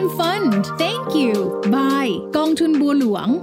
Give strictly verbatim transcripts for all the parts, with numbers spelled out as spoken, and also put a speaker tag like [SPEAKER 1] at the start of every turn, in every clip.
[SPEAKER 1] M Fund Thank you Bye กองทุนบัวหลวง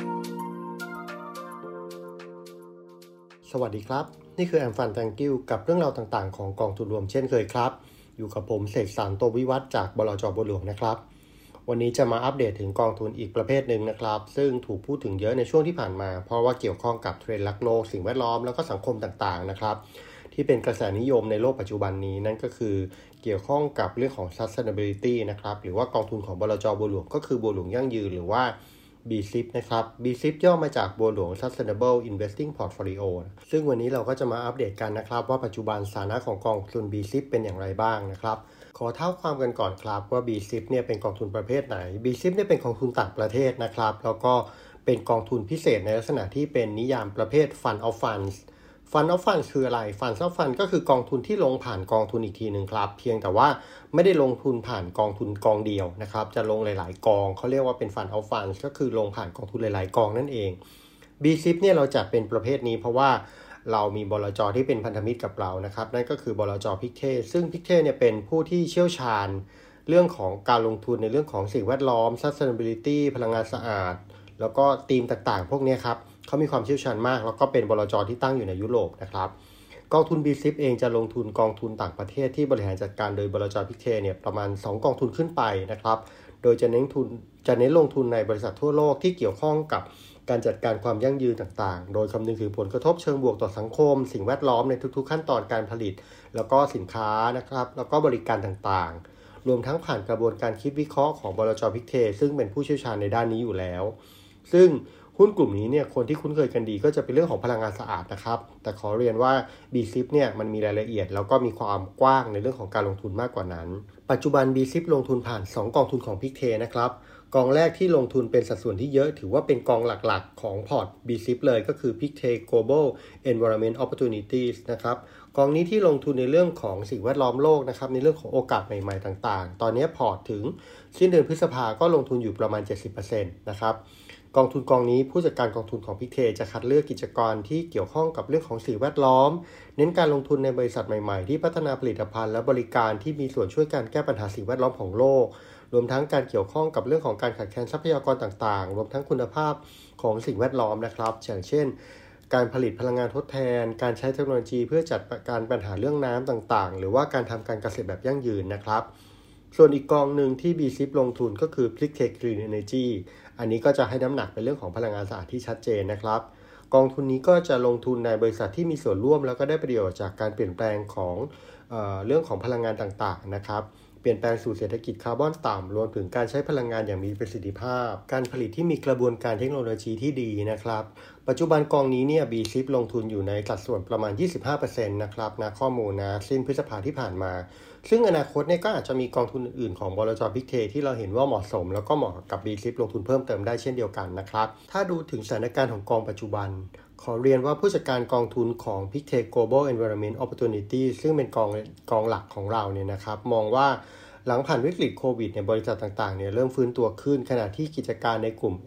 [SPEAKER 2] สวัสดีครับนี่คือ M Fund Thank you กับเรื่องราวต่างๆของกองทุนรวมเช่นเคยครับอยู่กับผมเสกสรร โตวิวัฒน์จากบลจ.บัวหลวงนะครับวันนี้จะมาอัปเดตถึงกองทุนอีกประเภทหนึ่งนะครับซึ่งถูกพูดถึงเยอะในช่วงที่ผ่านมาเพราะว่าเกี่ยวข้องกับเทรนด์รักโลกสิ่งแวดล้อมแล้วก็สังคมต่างๆนะครับที่เป็นกระแสนิยมในโลกปัจจุบันนี้นั่นก็คือเกี่ยวข้องกับเรื่องของ sustainability นะครับหรือว่ากองทุนของบลจ.บัวหลวงก็คือบัวหลวงยั่งยืนหรือว่า บี ซี ไอ พี นะครับ บี ซี ไอ พี ย่อมาจากบัวหลวง Sustainable Investing Portfolio ซึ่งวันนี้เราก็จะมาอัปเดตกันนะครับว่าปัจจุบันสถานะของกองทุน บี ซี ไอ พี เป็นอย่างไรบ้างนะครับขอเท้าความกันก่อนครับว่า บี ซี ไอ พี เนี่ยเป็นกองทุนประเภทไหน บี ซี ไอ พี เนี่ยเป็นกองทุนต่างประเทศนะครับแล้วก็เป็นกองทุนพิเศษในลักษณะที่เป็นนิยามประเภท Fund of Funds Fund of Funds คืออะไร Fund of Funds ก็คือกองทุนที่ลงผ่านกองทุนอีกทีนึงครับเพียงแต่ว่าไม่ได้ลงทุนผ่านกองทุนกองเดียวนะครับจะลงหลายๆกองเขาเรียกว่าเป็น Fund of Funds ก็คือลงผ่านกองทุนหลายๆกองนั่นเอง บี ซี ไอ พี เนี่ยเราจัดเป็นประเภทนี้เพราะว่าเรามีบลจ.ที่เป็นพันธมิตรกับเรานะครับนั่นก็คือบลจ.พิกเทซึ่งพิกเทเนี่ยเป็นผู้ที่เชี่ยวชาญเรื่องของการลงทุนในเรื่องของสิ่งแวดล้อม sustainability พลังงานสะอาดแล้วก็ธีมต่างๆพวกนี้ครับเขามีความเชี่ยวชาญมากแล้วก็เป็นบลจ.ที่ตั้งอยู่ในยุโรปนะครับกองทุน บี ซี ไอ พี เองจะลงทุนกองทุนต่างประเทศที่บริหารจัดการโดยบลจ.พิกเทเนี่ยประมาณสองกองทุนขึ้นไปนะครับโดยจะเน้นทุนจะเน้นลงทุนในบริษัททั่วโลกที่เกี่ยวข้องกับการจัดการความยั่งยืนต่างๆโดยคำนึงถึงผลกระทบเชิงบวกต่อสังคมสิ่งแวดล้อมในทุกๆขั้นตอนการผลิตแล้วก็สินค้านะครับแล้วก็บริการต่างๆรวมทั้งผ่านกระบวนการคิดวิเคราะห์ของบลจ.พิกเทซึ่งเป็นผู้เชี่ยวชาญในด้านนี้อยู่แล้วซึ่งหุ้นกลุ่มนี้เนี่ยคนที่คุ้นเคยกันดีก็จะเป็นเรื่องของพลังงานสะอาดนะครับแต่ขอเรียนว่า บี ซี ไอ พี เนี่ยมันมีรายละเอียดแล้วก็มีความกว้างในเรื่องของการลงทุนมากกว่านั้นปัจจุบัน บี ซี ไอ พี ลงทุนผ่านสองกองทุนของพิกเทนะครับกองแรกที่ลงทุนเป็นสัดส่วนที่เยอะถือว่าเป็นกองหลักๆของพอร์ต บี ซี ไอ พี เลยก็คือ Pictet Global Environment Opportunities นะครับกองนี้ที่ลงทุนในเรื่องของสิ่งแวดล้อมโลกนะครับในเรื่องของโอกาสใหม่ๆต่างๆตอนนี้พอร์ตถึงสิ้นเดือนพฤษภาก็ลงทุนอยู่ประมาณ เจ็ดสิบเปอร์เซ็นต์ นะครับกองทุนกองนี้ผู้จัดการกองทุนของพิกเทจะคัดเลือกกิจการที่เกี่ยวข้องกับเรื่องของสิ่งแวดล้อมเน้นการลงทุนในบริษัทใหม่ๆที่พัฒนาผลิตภัณฑ์และบริการที่มีส่วนช่วยการแก้ปัญหาสิ่งแวดล้อมของโลกรวมทั้งการเกี่ยวข้องกับเรื่องของการขาดแคลนทรัพยากรต่างๆรวมทั้งคุณภาพของสิ่งแวดล้อมนะครับอย่างเช่นการผลิตพลังงานทดแทนการใช้เทคโนโลยีเพื่อจัดการปัญหาเรื่องน้ำต่างๆหรือว่าการทำการเกษตรแบบยั่งยืนนะครับส่วนอีกกองหนึ่งที่ บี ซี ไอ พี ลงทุนก็คือ Pictet Green Energy อันนี้ก็จะให้น้ำหนักเป็นเรื่องของพลังงานสะอาดที่ชัดเจนนะครับกองทุนนี้ก็จะลงทุนในบริษัทที่มีส่วนร่วมแล้วก็ได้ประโยชน์จากการเปลี่ยนแปลงของเอ่อเรื่องของพลังงานต่างๆนะครับเปลี่ยนแปลงสู่เศรษฐกิจคาร์บอนต่ำรวมถึงการใช้พลังงานอย่างมีประสิทธิภาพการผลิตที่มีกระบวนการเทคโนโลยีที่ดีนะครับปัจจุบันกองนี้เนี่ย บี ซี ไอ พี ลงทุนอยู่ในสัดส่วนประมาณ ยี่สิบห้าเปอร์เซ็นต์ นะครับนะข้อมูลนะสิ้นพฤษภาที่ผ่านมาซึ่งอนาคตเนี่ยก็อาจจะมีกองทุนอื่นๆของบลจ.พิกเทที่เราเห็นว่าเหมาะสมแล้วก็เหมาะกับ บี ซี ไอ พี ลงทุนเพิ่มเติมได้เช่นเดียวกันนะครับถ้าดูถึงสถานการณ์ของกองปัจจุบันขอเรียนว่าผู้จัดการกองทุนของ Pictet Global Environment Opportunities ซึ่งเป็นกองกองหลักของเราเนี่ยนะครับมองว่าหลังผ่านวิกฤตโควิดเนี่ยบริษัทต่างๆเนี่ยเริ่มฟื้นตัวขึ้นขณะที่กิจการในกลุ่ม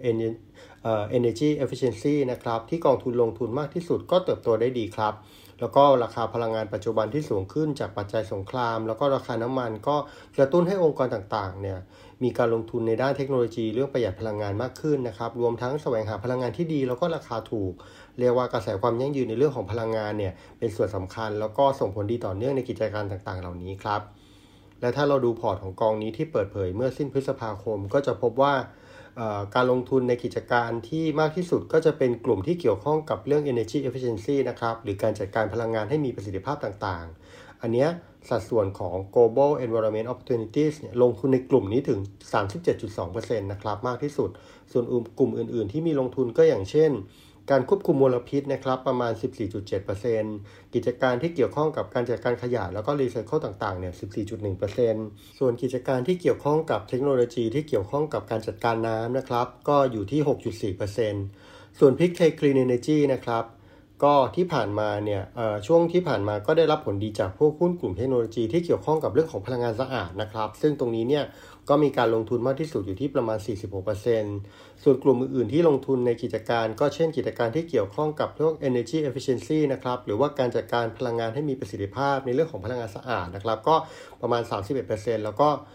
[SPEAKER 2] Energy Efficiency นะครับที่กองทุนลงทุนมากที่สุดก็เติบโตได้ดีครับแล้วก็ราคาพลังงานปัจจุบันที่สูงขึ้นจากปัจจัยสงครามแล้วก็ราคาน้ำมันก็กระตุ้นให้องค์กรต่างๆเนี่ยมีการลงทุนในด้านเทคโนโลยีเรื่องประหยัดพลังงานมากขึ้นนะครับรวมทั้งแสวงหาพลังงานที่ดีแล้วก็ราคาถูกเรียกว่ากระแสความยั่งยืนในเรื่องของพลังงานเนี่ยเป็นส่วนสำคัญแล้วก็ส่งผลดีต่อเนื่องในกิจการต่างๆเหล่านี้ครับและถ้าเราดูพอร์ตของกองนี้ที่เปิดเผยเมื่อสิ้นพฤษภาคมก็จะพบว่าการลงทุนในกิจการที่มากที่สุดก็จะเป็นกลุ่มที่เกี่ยวข้องกับเรื่อง Energy Efficiency นะครับหรือการจัดการพลังงานให้มีประสิทธิภาพต่างๆอันนี้สัดส่วนของ Global Environment Opportunities เนี่ยลงทุนในกลุ่มนี้ถึง สามสิบเจ็ดจุดสองเปอร์เซ็นต์ นะครับมากที่สุดส่วนกลุ่มอื่นๆที่มีลงทุนก็อย่างเช่นการควบคุมมลพิษนะครับประมาณ สิบสี่จุดเจ็ดเปอร์เซ็นต์ กิจการที่เกี่ยวข้องกับการจัดการขยะแล้วก็รีไซเคิลต่างๆเนี่ย สิบสี่จุดหนึ่งเปอร์เซ็นต์ ส่วนกิจการที่เกี่ยวข้องกับเทคโนโลยีที่เกี่ยวข้องกับการจัดการน้ำนะครับก็อยู่ที่ หกจุดสี่เปอร์เซ็นต์ ส่วน Pictet Green Energy นะครับก็ที่ผ่านมาเนี่ยช่วงที่ผ่านมาก็ได้รับผลดีจากพวกหุ้นกลุ่มเทคโนโลยีที่เกี่ยวข้องกับเรื่องของพลังงานสะอาดนะครับซึ่งตรงนี้เนี่ยก็มีการลงทุนมากที่สุดอยู่ที่ประมาณ สี่สิบหกเปอร์เซ็นต์ ส่วนกลุ่มอื่นๆที่ลงทุนในกิจการก็เช่นกิจการที่เกี่ยวข้องกับพวก Energy Efficiency นะครับหรือว่าการจัดการพลังงานให้มีประสิทธิภาพในเรื่องของพลังงานสะอาดนะครับก็ประมาณ สามสิบเอ็ดเปอร์เซ็นต์ แล้วก็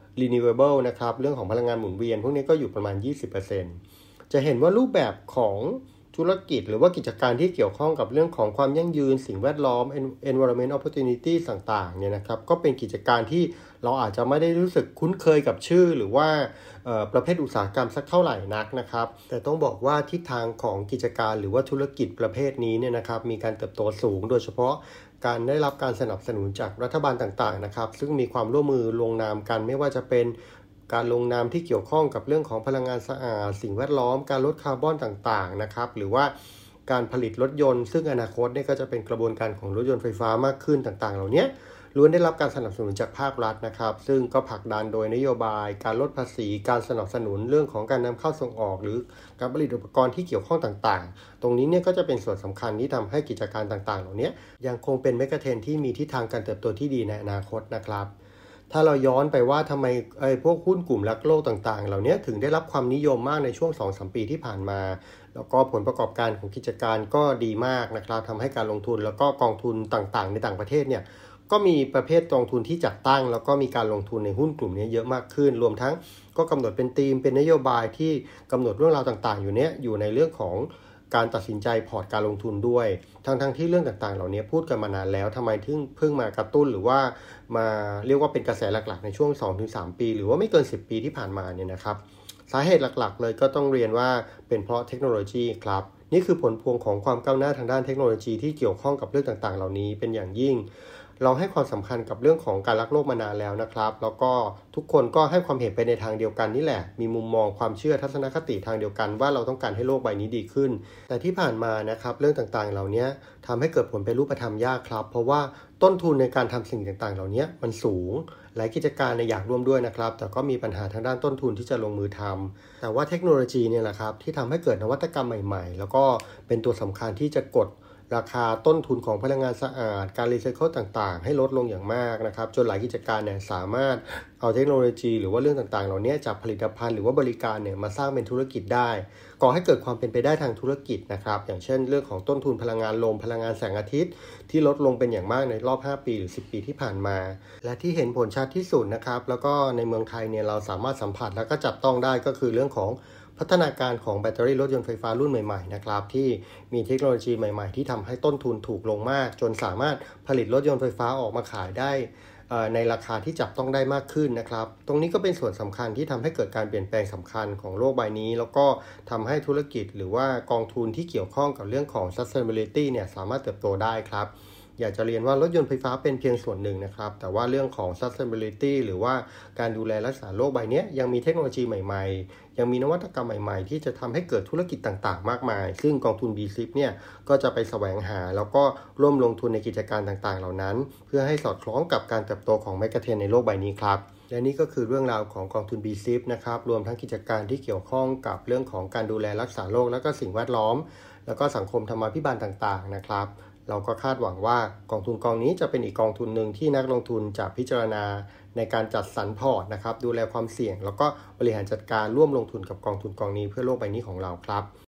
[SPEAKER 2] renewable นะครับเรื่องของพลังงานหมุนเวียนพวกนี้ก็อยู่ประมาณ ยี่สิบเปอร์เซ็นต์ จะเห็นว่ารูปแบบของธุรกิจหรือว่ากิจการที่เกี่ยวข้องกับเรื่องของความยั่งยืนสิ่งแวดล้อม environment opportunity ต่างๆเนี่ยนะครับก็เป็นกิจการที่เราอาจจะไม่ได้รู้สึกคุ้นเคยกับชื่อหรือว่าประเภทอุตสาหกรรมสักเท่าไหร่นักนะครับแต่ต้องบอกว่าทิศทางของกิจการหรือว่าธุรกิจประเภทนี้เนี่ยนะครับมีการเติบโตสูงโดยเฉพาะการได้รับการสนับสนุนจากรัฐบาลต่างๆนะครับซึ่งมีความร่วมมือลงนามกันไม่ว่าจะเป็นการลงนามที่เกี่ยวข้องกับเรื่องของพลังงานสะอาดสิ่งแวดล้อมการลดคาร์บอนต่างๆนะครับหรือว่าการผลิตรถยนต์ซึ่งอนาคตเนี่ยก็จะเป็นกระบวนการของรถยนต์ไฟฟ้ามากขึ้นต่างๆเหล่านี้ล้วนได้รับการสนับสนุนจากภาครัฐนะครับซึ่งก็ผลักดันโดยนโยบายการลดภาษีการสนับสนุนเรื่องของการนำเข้าส่งออกหรือการผลิตอุปกรณ์ที่เกี่ยวข้องต่างๆตรงนี้เนี่ยก็จะเป็นส่วนสำคัญที่ทำให้กิจการต่างๆเหล่านี้ยังคงเป็นเมกะเทรนด์ที่มีทิศทางการเติบโตที่ดีในอนาคตนะครับถ้าเราย้อนไปว่าทำไมไอ้พวกหุ้นกลุ่มรักโลกต่างๆเหล่านี้ถึงได้รับความนิยมมากในช่วง สองถึงสาม ปีที่ผ่านมาแล้วก็ผลประกอบการของกิจการก็ดีมากนะครับทำให้การลงทุนแล้วก็กองทุนต่างๆในต่างประเทศเนี่ยก็มีประเภทกองทุนที่จัดตั้งแล้วก็มีการลงทุนในหุ้นกลุ่มนี้เยอะมากขึ้นรวมทั้งก็กำหนดเป็นธีมเป็นนโยบายที่กำหนดเรื่องราวต่างๆอยู่เนี้ยอยู่ในเรื่องของการตัดสินใจพอร์ตการลงทุนด้วยทั้งๆที่เรื่องต่างๆเหล่านี้พูดกันมานานแล้วทำไมถึงเพิ่งมากระตุ้นหรือว่ามาเรียกว่าเป็นกระแสหลักๆในช่วง สองถึงสาม ปีหรือว่าไม่เกินสิบปีที่ผ่านมาเนี่ยนะครับสาเหตุหลักๆเลยก็ต้องเรียนว่าเป็นเพราะเทคโนโลยีครับนี่คือผลพวงของความก้าวหน้าทางด้านเทคโนโลยีที่เกี่ยวข้องกับเรื่องต่างๆเหล่านี้เป็นอย่างยิ่งเราให้ความสำคัญกับเรื่องของการรักโลกมานานแล้วนะครับแล้วก็ทุกคนก็ให้ความเห็นไปในทางเดียวกันนี่แหละมีมุมมองความเชื่อทัศนคติทางเดียวกันว่าเราต้องการให้โลกใบนี้ดีขึ้นแต่ที่ผ่านมานะครับเรื่องต่างๆเหล่านี้ทำให้เกิดผลเป็นรูปธรรมยากครับเพราะว่าต้นทุนในการทำสิ่งต่างๆเหล่านี้มันสูงหลายกิจการอยากร่วมด้วยนะครับแต่ก็มีปัญหาทางด้านต้นทุนที่จะลงมือทำแต่ว่าเทคโนโลยีเนี่ยแหละครับที่ทำให้เกิดนวัตกรรมใหม่ๆแล้วก็เป็นตัวสำคัญที่จะกดราคาต้นทุนของพลังงานสะอาดการรีไซเคิลต่างๆให้ลดลงอย่างมากนะครับจนหลายกิจการเนี่ยสามารถเอาเทคโนโลยีหรือว่าเรื่องต่างๆเหล่านี้จากผลิตภัณฑ์หรือว่าบริการเนี่ยมาสร้างเป็นธุรกิจได้ก่อให้เกิดความเป็นไปได้ทางธุรกิจนะครับอย่างเช่นเรื่องของต้นทุนพลังงานลมพลังงานแสงอาทิตย์ที่ลดลงเป็นอย่างมากในรอบห้าปีหรือสิบปีที่ผ่านมาและที่เห็นผลชัดที่สุดนะครับแล้วก็ในเมืองไทยเนี่ยเราสามารถสัมผัสแล้วก็จับต้องได้ก็คือเรื่องของพัฒนาการของแบตเตอรี่รถยนต์ไฟฟ้ารุ่นใหม่ๆนะครับที่มีเทคโนโลยีใหม่ๆที่ทำให้ต้นทุนถูกลงมากจนสามารถผลิตรถยนต์ไฟฟ้าออกมาขายได้ในราคาที่จับต้องได้มากขึ้นนะครับตรงนี้ก็เป็นส่วนสำคัญที่ทำให้เกิดการเปลี่ยนแปลงสำคัญของโลกใบนี้แล้วก็ทำให้ธุรกิจหรือว่ากองทุนที่เกี่ยวข้องกับเรื่องของ sustainability เนี่ยสามารถเติบโตได้ครับอยากจะเรียนว่ารถยนต์ไฟฟ้าเป็นเพียงส่วนหนึ่งนะครับแต่ว่าเรื่องของ sustainability หรือว่าการดูแลรักษาโลกใบนี้ยังมีเทคโนโลยีใหม่ๆยังมีนวัตกรรมใหม่ๆที่จะทำให้เกิดธุรกิจต่างๆมากมายซึ่งกองทุน บี ซิป เนี่ยก็จะไปแสวงหาแล้วก็ร่วมลงทุนในกิจการต่างๆเหล่านั้นเพื่อให้สอดคล้องกับการเติบโตของเมกะเทรนด์ในโลกใบนี้ครับและนี่ก็คือเรื่องราวของกองทุน บี ซิป นะครับรวมทั้งกิจการที่เกี่ยวข้องกับเรื่องของการดูแลรักษาโลกและก็สิ่งแวดล้อมแล้วก็สังคมธรรมาภิบาลต่างๆนะครับเราก็คาดหวังว่ากองทุนกองนี้จะเป็นอีกกองทุนหนึ่งที่นักลงทุนจะพิจารณาในการจัดสรรพอร์ตนะครับดูแลความเสี่ยงแล้วก็บริหารจัดการร่วมลงทุนกับกองทุนกองนี้เพื่อโลกใบนี้ของเราครับ